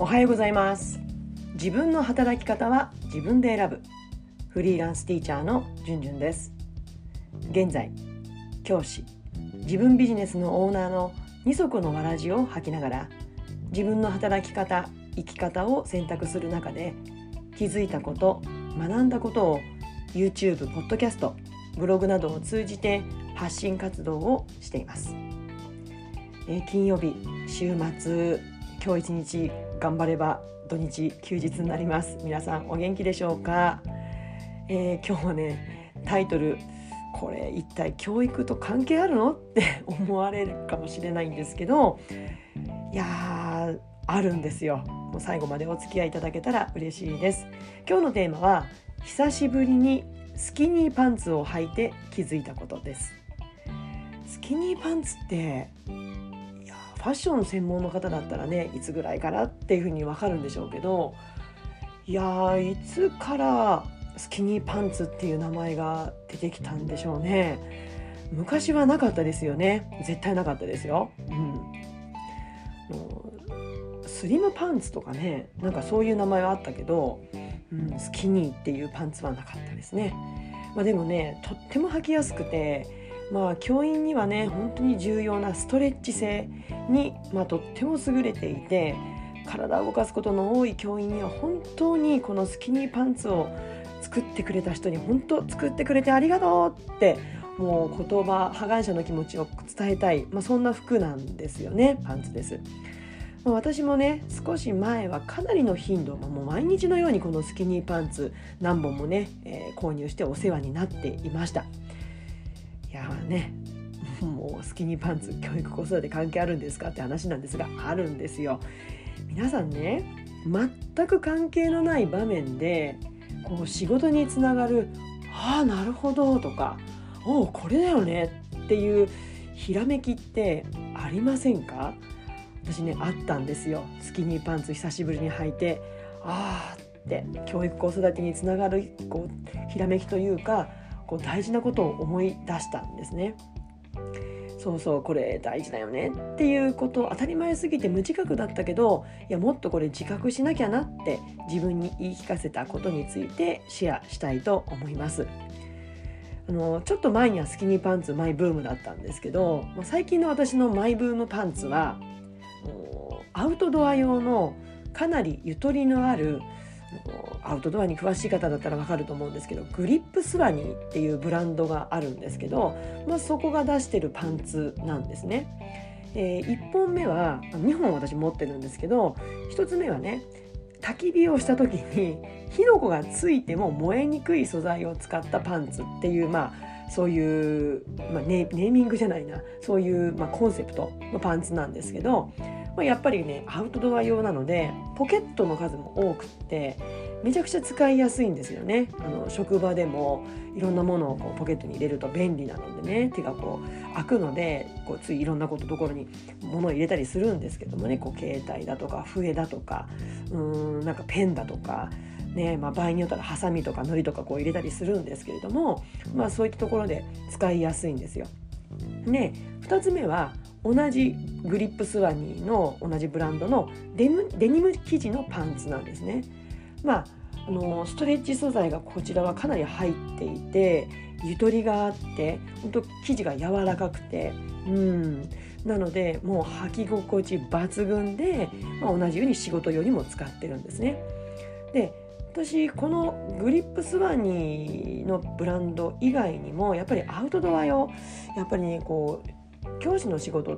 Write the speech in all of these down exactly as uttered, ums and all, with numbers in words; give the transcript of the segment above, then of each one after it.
おはようございます。自分の働き方は自分で選ぶフリーランスティーチャーのじゅんじゅんです。現在教師、自分ビジネスのオーナーの二足のわらじを履きながら自分の働き方、生き方を選択する中で気づいたこと、学んだことを YouTube、ポッドキャスト、ブログなどを通じて発信活動をしています。えー、金曜日、週末、今日一日頑張れば土日休日になります。皆さんお元気でしょうか？えー、今日はね、タイトル、これ一体教育と関係あるのって思われるかもしれないんですけど、いやーあるんですよ。もう最後までお付き合いいただけたら嬉しいです。今日のテーマは、久しぶりにスキニーパンツを履いて気づいたことです。スキニーパンツってファッション専門の方だったらね、いつぐらいからっていうふうに分かるんでしょうけど、いやーいつからスキニーパンツっていう名前が出てきたんでしょうね。昔はなかったですよね。絶対なかったですよ、うん、スリムパンツとかね、なんかそういう名前はあったけど、うん、スキニーっていうパンツはなかったですね。まあ、でもね、とっても履きやすくて、まあ、教員にはね本当に重要なストレッチ性に、まあ、とっても優れていて、体を動かすことの多い教員には本当にこのスキニーパンツを作ってくれた人に本当作ってくれてありがとうって、もう言葉、派感謝の気持ちを伝えたい、まあ、そんな服なんですよね。パンツです。まあ、私もね少し前はかなりの頻度、まあ、もう毎日のようにこのスキニーパンツ何本もね、えー、購入してお世話になっていました。いやーね、もうスキニーパンツ教育子育て関係あるんですかって話なんですが、あるんですよ。皆さんね、全く関係のない場面でこう仕事につながる、ああなるほどとか、おおこれだよねっていうひらめきってありませんか？私ねあったんですよ。スキニーパンツ久しぶりに履いて、あーって教育子育てにつながるこうひらめきというか、こう大事なことを思い出したんですね。そうそう、これ大事だよねっていうこと、当たり前すぎて無自覚だったけど、いやもっとこれ自覚しなきゃなって自分に言い聞かせたことについてシェアしたいと思います。あのちょっと前にはスキニーパンツマイブームだったんですけど、最近の私のマイブームパンツはアウトドア用のかなりゆとりのある、アウトドアに詳しい方だったら分かると思うんですけど、グリップスワニーっていうブランドがあるんですけど、まあ、そこが出してるパンツなんですね。えー、いっぽんめはにほん私持ってるんですけど、ひとつめはね、焚き火をした時に火の粉がついても燃えにくい素材を使ったパンツっていう、まあそういう、まあ、ネ, ネーミングじゃないな、そういう、まあ、コンセプトのパンツなんですけど、まあ、やっぱりねアウトドア用なのでポケットの数も多くってめちゃくちゃ使いやすいんですよね。あの職場でもいろんなものをこうポケットに入れると便利なのでね、手がこう開くので、こうついいろんなことところに物を入れたりするんですけどもね、こう携帯だとか笛だとか、うーんなんかペンだとかね、まあ、場合によったらハサミとか糊とかこう入れたりするんですけれども、まあ、そういったところで使いやすいんですよ。でふたつめは同じグリップスワニーの同じブランドのデムデニム生地のパンツなんですね。まあ、あのストレッチ素材がこちらはかなり入っていて、ゆとりがあって、本当生地が柔らかくて、うんなのでもう履き心地抜群で、まあ、同じように仕事用にも使ってるんですね。で私このグリップスワニーのブランド以外にもやっぱりアウトドア用、やっぱりねこう教師の仕事って、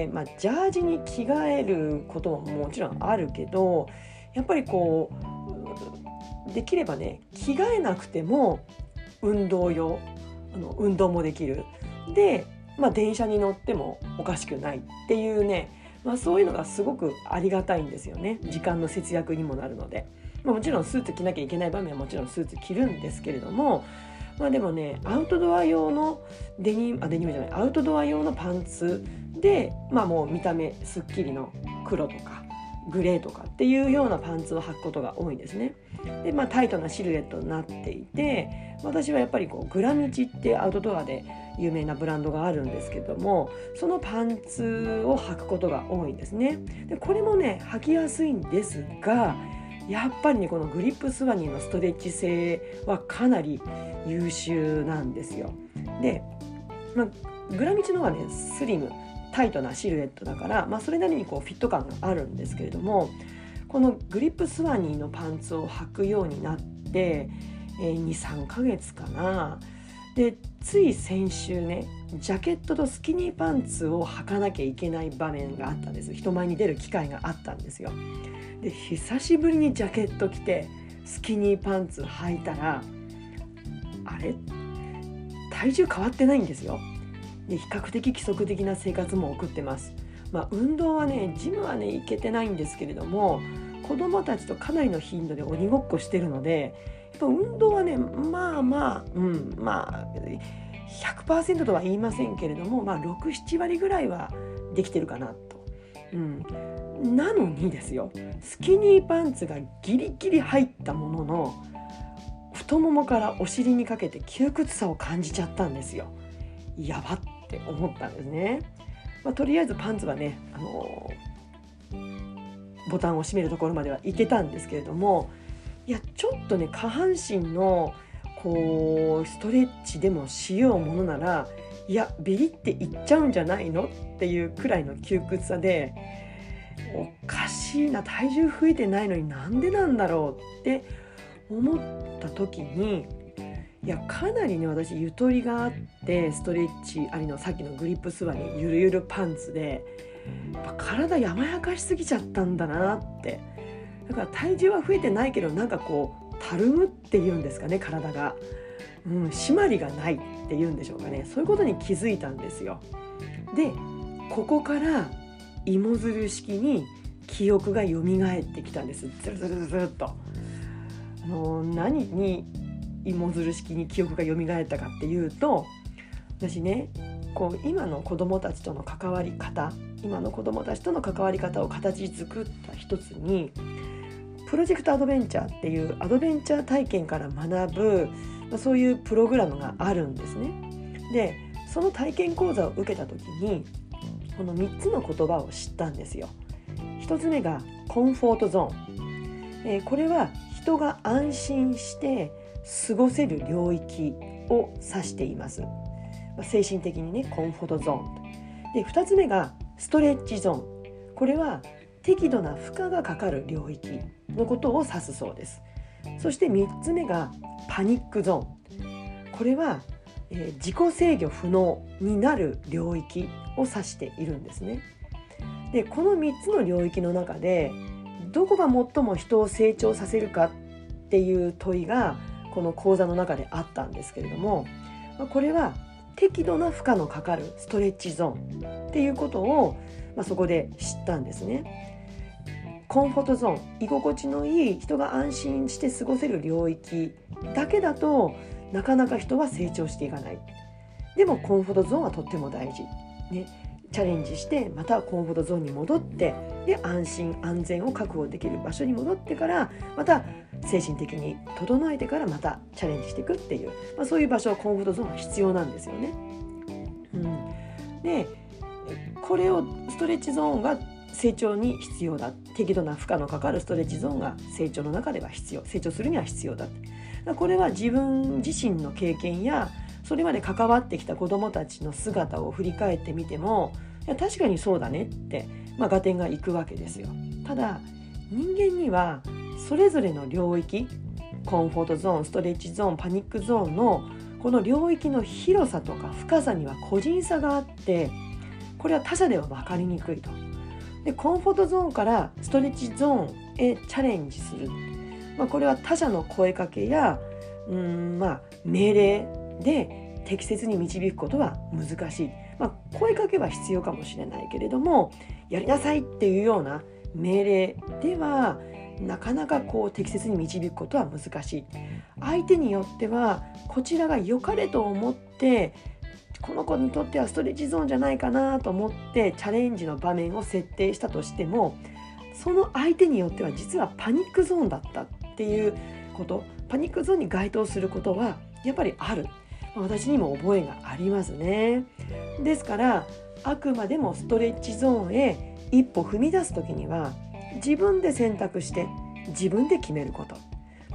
まあ、ジャージに着替えることももちろんあるけど、やっぱりこうできればね着替えなくても運動用、あの運動もできるで、まあ、電車に乗ってもおかしくないっていうね、まあ、そういうのがすごくありがたいんですよね。時間の節約にもなるので、まあ、もちろんスーツ着なきゃいけない場面はもちろんスーツ着るんですけれども、まあでもねアウトドア用のデニムあデニムじゃないアウトドア用のパンツで、まあもう見た目すっきりの黒とかグレーとかっていうようなパンツを履くことが多いんですね。で、まあ、タイトなシルエットになっていて、私はやっぱりこうグラミチってアウトドアで有名なブランドがあるんですけども、そのパンツを履くことが多いんですね。でこれもね履きやすいんですが、やっぱりねこのグリップスワニーのストレッチ性はかなり優秀なんですよ。で、まあ、グラミチの方がねスリムタイトなシルエットだから、まあ、それなりにこうフィット感があるんですけれども、このグリップスワニーのパンツを履くようになって、えー、にさんかげつかな。でつい先週ねジャケットとスキニーパンツを履かなきゃいけない場面があったんです。人前に出る機会があったんですよ。で久しぶりにジャケット着てスキニーパンツ履いたら、あれ体重変わってないんですよ。で比較的規則的な生活も送ってます。まあ、運動はねジムはね行けてないんですけれども、子どもたちとかなりの頻度で鬼ごっこしてるので、やっぱ運動はねまあまあ、うん、まあ ひゃくパーセント とは言いませんけれども、まあ、ろく、なな割ぐらいはできてるかなと、うん、なのにですよ、スキニーパンツがギリギリ入ったものの太ももからお尻にかけて窮屈さを感じちゃったんですよ。やばって思ったんですね。まあ、とりあえずパンツはね、あのー、ボタンを閉めるところまではいけたんですけれども、いやちょっとね下半身のこうストレッチでもしようものなら、いやビリっていっちゃうんじゃないのっていうくらいの窮屈さで、おかしいな、体重増えてないのになんでなんだろうって思った時に、いやかなりね私ゆとりがあって、ストレッチありのさっきのグリップスワニーゆるゆるパンツでやっぱ体山やかしすぎちゃったんだなって。だから体重は増えてないけど、なんかこうたるむっていうんですかね、体が、うん、締まりがないっていうんでしょうかね、そういうことに気づいたんですよ。でここから芋づる式に記憶が蘇ってきたんです。ずるずるずるっと、あの何に芋づる式に記憶が蘇ったかっていうと、私ねこう今の子どもたちとの関わり方今の子どもたちとの関わり方を形作った一つに、プロジェクトアドベンチャーっていうアドベンチャー体験から学ぶ、まあ、そういうプログラムがあるんですね。でその体験講座を受けた時にこのみっつの言葉を知ったんですよ。ひとつめがコンフォートゾーン、えー、これは人が安心して過ごせる領域を指しています。まあ、精神的にねコンフォートゾーンで、ふたつめがストレッチゾーン、これは適度な負荷がかかる領域のことを指すそうです。そしてみっつめがパニックゾーン、これは、えー、自己制御不能になる領域を指しているんですね。でこのみっつの領域の中でどこが最も人を成長させるかっていう問いがこの講座の中であったんですけれども、これは適度な負荷のかかるストレッチゾーンっていうことを、まあ、そこで知ったんですね。コンフォートゾーン、居心地のいい人が安心して過ごせる領域だけだとなかなか人は成長していかない。でもコンフォートゾーンはとっても大事、ね、チャレンジしてまたコンフォートゾーンに戻って、で安心安全を確保できる場所に戻ってからまた精神的に整えてからまたチャレンジしていくっていう、まあ、そういう場所、コンフォートゾーンは必要なんですよね。うん、でこれをストレッチゾーンが成長に必要だ、適度な負荷のかかるストレッチゾーンが成長の中では必要、成長するには必要だ。これは自分自身の経験やそれまで関わってきた子どもたちの姿を振り返ってみても、いや確かにそうだねって、まあ、合点がいくわけですよ。ただ人間にはそれぞれの領域、コンフォートゾーン、ストレッチゾーン、パニックゾーンのこの領域の広さとか深さには個人差があって、これは他者では分かりにくいと。でコンフォートゾーンからストレッチゾーンへチャレンジする、まあ、これは他者の声かけやうーん、まあ、命令で適切に導くことは難しい、まあ、声かけは必要かもしれないけれども、やりなさいっていうような命令ではなかなかこう適切に導くことは難しい。相手によってはこちらが良かれと思って、この子にとってはストレッチゾーンじゃないかなと思ってチャレンジの場面を設定したとしても、 その相手によっては実はパニックゾーンだったっていうこと、パニックゾーンに該当することはやっぱりある。私にも覚えがありますね。ですからあくまでもストレッチゾーンへ一歩踏み出すときには自分で選択して自分で決めること、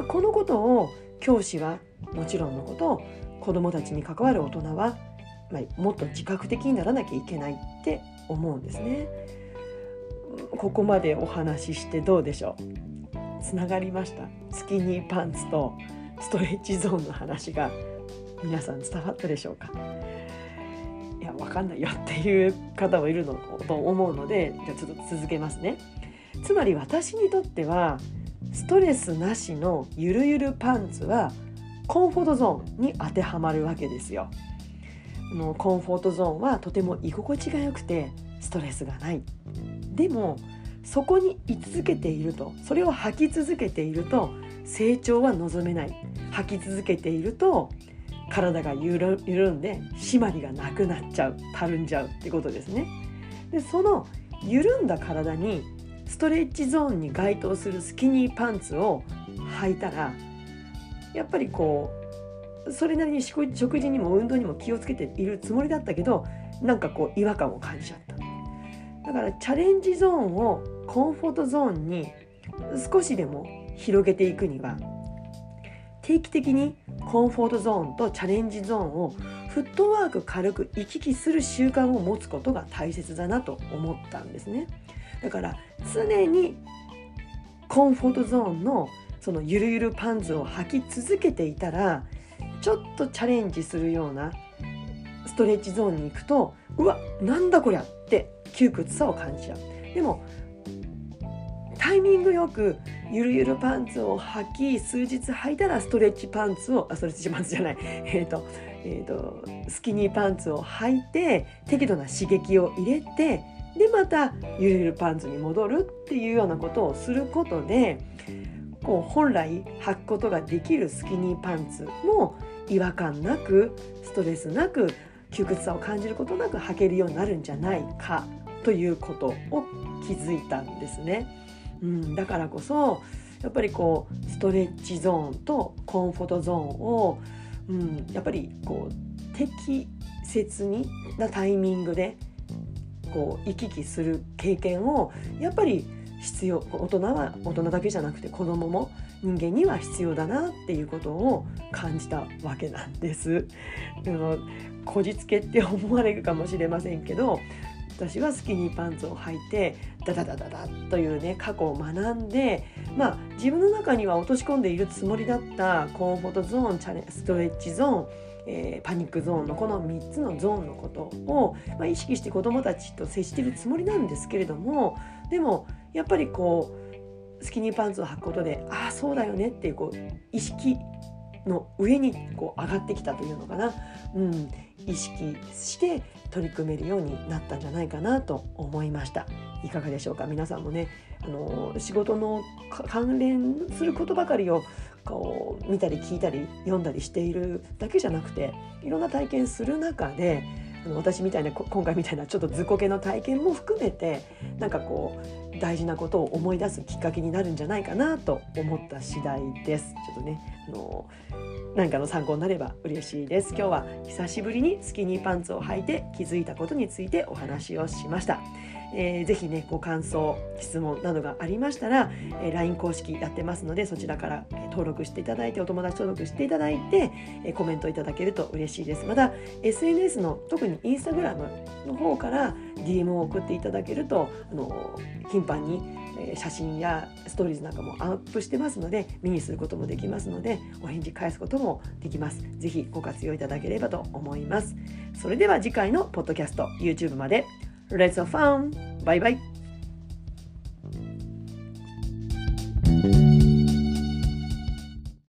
このことを教師はもちろんのこと子どもたちに関わる大人は、まあ、もっと自覚的にならなきゃいけないって思うんですね。ここまでお話ししてどうでしょう。つながりました？スキニーパンツとストレッチゾーンの話が皆さん伝わったでしょうか。いや、わかんないよっていう方もいるのと思うので、じゃあちょっと続けますね。つまり私にとってはストレスなしのゆるゆるパンツはコンフォートゾーンに当てはまるわけですよ。のコンフォートゾーンはとても居心地が良くてストレスがない。でもそこに居続けていると、それを履き続けていると成長は望めない。履き続けていると体がゆる緩んで締まりがなくなっちゃう、たるんじゃうってことですね。でその緩んだ体にストレッチゾーンに該当するスキニーパンツを履いたら、やっぱりこうそれなりに食事にも運動にも気をつけているつもりだったけど、なんかこう違和感を感じちゃった。だからチャレンジゾーンをコンフォートゾーンに少しでも広げていくには、定期的にコンフォートゾーンとチャレンジゾーンをフットワーク軽く行き来する習慣を持つことが大切だなと思ったんですね。だから常にコンフォートゾーンのそのゆるゆるパンツを履き続けていたら、ちょっとチャレンジするようなストレッチゾーンに行くと、うわ、なんだこりゃって窮屈さを感じちゃう。でもタイミングよくゆるゆるパンツを履き数日履いたらストレッチパンツをあストレッチパンツじゃないえーとえーとスキニーパンツを履いて適度な刺激を入れて、でまたゆるゆるパンツに戻るっていうようなことをすることで、こう本来履くことができるスキニーパンツも違和感なくストレスなく窮屈さを感じることなく履けるようになるんじゃないかということを気づいたんですね。うん、だからこそやっぱりこうストレッチゾーンとコンフォートゾーンを、うん、やっぱりこう適切になタイミングでこう行き来する経験をやっぱり必要、大人は大人だけじゃなくて子供も人間には必要だなっていうことを感じたわけなんです。でもこじつけって思われるかもしれませんけど、私はスキニーパンツを履いてダダダダダというね過去を学んで、まあ自分の中には落とし込んでいるつもりだったコンフォートゾーン、チャレストレッチゾーン、えー、パニックゾーンのこのみっつのゾーンのことを、まあ、意識して子どもたちと接しているつもりなんですけれども、でもやっぱりこうスキニーパンツを履くことで、ああそうだよねっていうこう意識の上にこう上がってきたというのかな、うん、意識して取り組めるようになったんじゃないかなと思いました。いかがでしょうか。皆さんもね、あの仕事の関連することばかりをこう見たり聞いたり読んだりしているだけじゃなくて、いろんな体験する中で、あの私みたいな今回みたいなちょっとずっこけの体験も含めて、なんかこう大事なことを思い出すきっかけになるんじゃないかなと思った次第です。ちょっとね、あの何かの参考になれば嬉しいです。今日は久しぶりにスキニーパンツを履いて気づいたことについてお話をしました。えー、ぜひねご感想質問などがありましたら、えー、ライン 公式やってますので、そちらから、えー、登録していただいてお友達登録していただいて、えー、コメントいただけると嬉しいです。また エスエヌエス の特にインスタグラムの方から ディーエム を送っていただけると、あのー、頻繁に、えー、写真やストーリーズなんかもアップしてますので見にすることもできますので、お返事返すこともできます。ぜひご活用いただければと思います。それでは次回のポッドキャスト YouTube まで。Let's have fun! バイバイ